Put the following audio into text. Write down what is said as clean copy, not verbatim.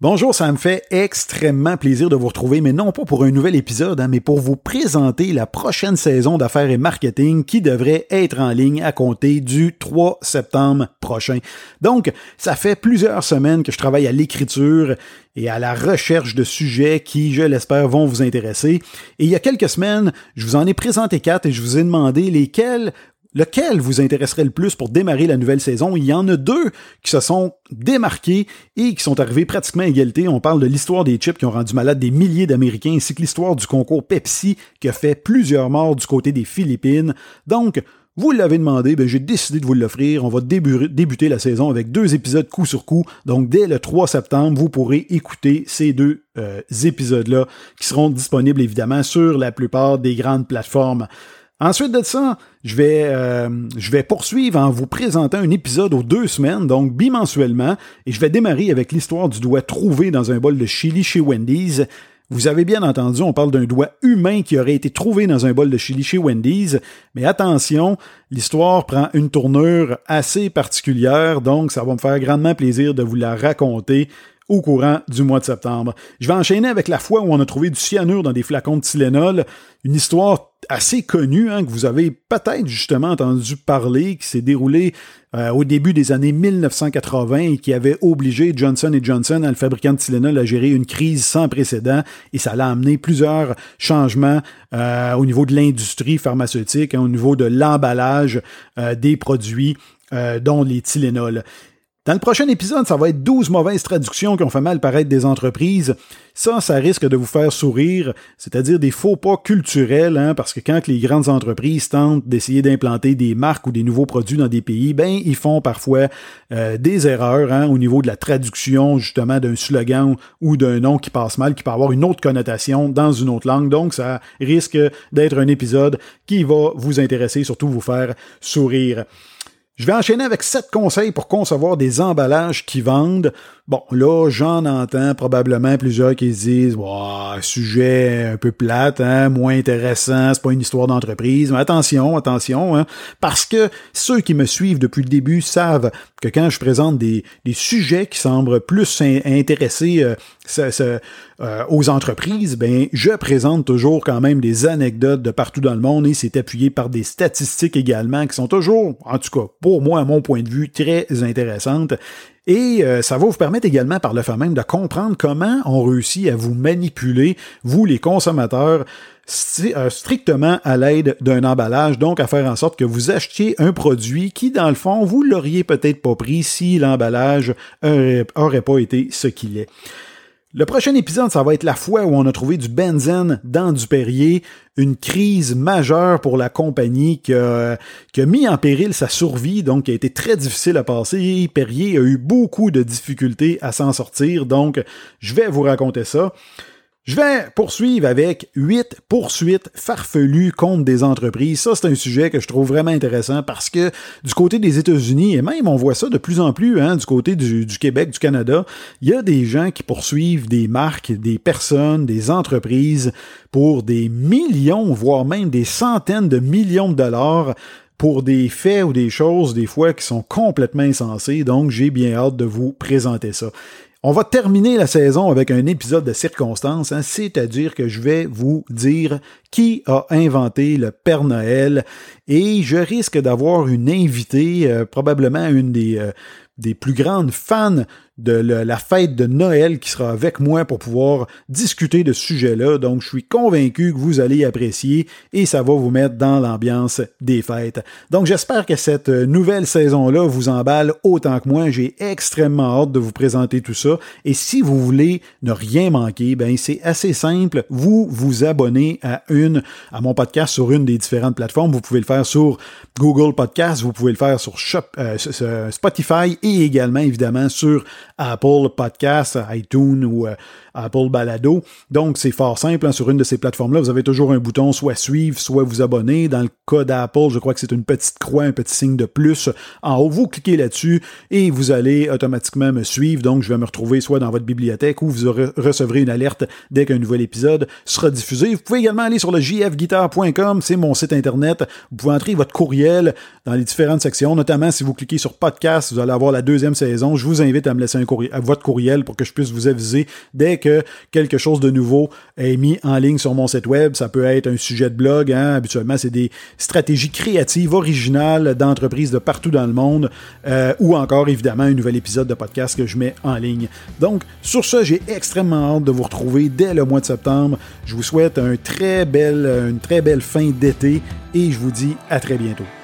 Bonjour, ça me fait extrêmement plaisir de vous retrouver, mais non pas pour un nouvel épisode, mais pour vous présenter la prochaine saison d'affaires et marketing qui devrait être en ligne à compter du 3 septembre prochain. Donc, ça fait plusieurs semaines que je travaille à l'écriture et à la recherche de sujets qui, je l'espère, vont vous intéresser. Et il y a quelques semaines, je vous en ai présenté 4 et je vous ai demandé lequel vous intéresserait le plus pour démarrer la nouvelle saison? Il y en a 2 qui se sont démarqués et qui sont arrivés pratiquement à égalité. On parle de l'histoire des chips qui ont rendu malades des milliers d'Américains, ainsi que l'histoire du concours Pepsi qui a fait plusieurs morts du côté des Philippines. Donc, vous l'avez demandé, j'ai décidé de vous l'offrir. On va débuter la saison avec 2 épisodes coup sur coup. Donc, dès le 3 septembre, vous pourrez écouter ces 2 épisodes-là qui seront disponibles évidemment sur la plupart des grandes plateformes. Ensuite de ça, je vais poursuivre en vous présentant un épisode aux 2 semaines, donc bimensuellement, et je vais démarrer avec l'histoire du doigt trouvé dans un bol de chili chez Wendy's. Vous avez bien entendu, on parle d'un doigt humain qui aurait été trouvé dans un bol de chili chez Wendy's, mais attention, l'histoire prend une tournure assez particulière, donc ça va me faire grandement plaisir de vous la raconter au courant du mois de septembre. Je vais enchaîner avec la fois où on a trouvé du cyanure dans des flacons de Tylenol, une histoire assez connue, que vous avez peut-être justement entendu parler, qui s'est déroulée au début des années 1980 et qui avait obligé Johnson & Johnson, le fabricant de Tylenol, à gérer une crise sans précédent et ça l'a amené plusieurs changements au niveau de l'industrie pharmaceutique, au niveau de l'emballage des produits, dont les Tylenol. Dans le prochain épisode, ça va être 12 mauvaises traductions qui ont fait mal paraître des entreprises. Ça risque de vous faire sourire, c'est-à-dire des faux pas culturels, parce que quand les grandes entreprises tentent d'essayer d'implanter des marques ou des nouveaux produits dans des pays, ils font parfois des erreurs au niveau de la traduction justement d'un slogan ou d'un nom qui passe mal, qui peut avoir une autre connotation dans une autre langue. Donc, ça risque d'être un épisode qui va vous intéresser, surtout vous faire sourire. Je vais enchaîner avec 7 conseils pour concevoir des emballages qui vendent. Bon, là, j'en entends probablement plusieurs qui se disent « sujet un peu plate, moins intéressant, c'est pas une histoire d'entreprise. » Mais attention, parce que ceux qui me suivent depuis le début savent que quand je présente des sujets qui semblent plus intéresser aux entreprises, je présente toujours quand même des anecdotes de partout dans le monde et c'est appuyé par des statistiques également qui sont toujours, en tout cas pour moi, à mon point de vue, très intéressantes. Et ça va vous permettre également par le fait même de comprendre comment on réussit à vous manipuler, vous les consommateurs, strictement à l'aide d'un emballage, donc à faire en sorte que vous achetiez un produit qui, dans le fond, vous l'auriez peut-être pas pris si l'emballage aurait pas été ce qu'il est. Le prochain épisode, ça va être la fois où on a trouvé du benzène dans du Perrier, une crise majeure pour la compagnie qui a mis en péril sa survie, donc qui a été très difficile à passer. Perrier a eu beaucoup de difficultés à s'en sortir, donc je vais vous raconter ça. Je vais poursuivre avec 8 poursuites farfelues contre des entreprises. Ça, c'est un sujet que je trouve vraiment intéressant parce que du côté des États-Unis, et même on voit ça de plus en plus du côté du Québec, du Canada, il y a des gens qui poursuivent des marques, des personnes, des entreprises pour des millions, voire même des centaines de millions de dollars pour des faits ou des choses, des fois, qui sont complètement insensés. Donc, j'ai bien hâte de vous présenter ça. On va terminer la saison avec un épisode de circonstances, c'est-à-dire que je vais vous dire qui a inventé le Père Noël et je risque d'avoir une invitée, probablement une des plus grandes fans de la fête de Noël qui sera avec moi pour pouvoir discuter de ce sujet-là. Donc, je suis convaincu que vous allez apprécier et ça va vous mettre dans l'ambiance des fêtes. Donc, j'espère que cette nouvelle saison-là vous emballe autant que moi. J'ai extrêmement hâte de vous présenter tout ça. Et si vous voulez ne rien manquer, c'est assez simple. Vous vous abonnez à mon podcast sur une des différentes plateformes. Vous pouvez le faire sur Google Podcast, vous pouvez le faire sur Spotify et également, évidemment, sur Apple Podcast, iTunes ou Apple Balado. Donc, c'est fort simple. Sur une de ces plateformes-là, vous avez toujours un bouton soit suivre, soit vous abonner. Dans le cas d'Apple, je crois que c'est une petite croix, un petit signe de plus en haut. Vous cliquez là-dessus et vous allez automatiquement me suivre. Donc, je vais me retrouver soit dans votre bibliothèque ou vous recevrez une alerte dès qu'un nouvel épisode sera diffusé. Vous pouvez également aller sur le jfguitar.com, c'est mon site internet. Vous pouvez entrer votre courriel dans les différentes sections, notamment si vous cliquez sur podcast, vous allez avoir la 2e saison. Je vous invite à me laisser un à votre courriel pour que je puisse vous aviser dès que quelque chose de nouveau est mis en ligne sur mon site web. Ça peut être un sujet de blog, hein. Habituellement, c'est des stratégies créatives, originales d'entreprises de partout dans le monde, ou encore, évidemment, un nouvel épisode de podcast que je mets en ligne. Donc, sur ce, j'ai extrêmement hâte de vous retrouver dès le mois de septembre. Je vous souhaite une très belle fin d'été et je vous dis à très bientôt.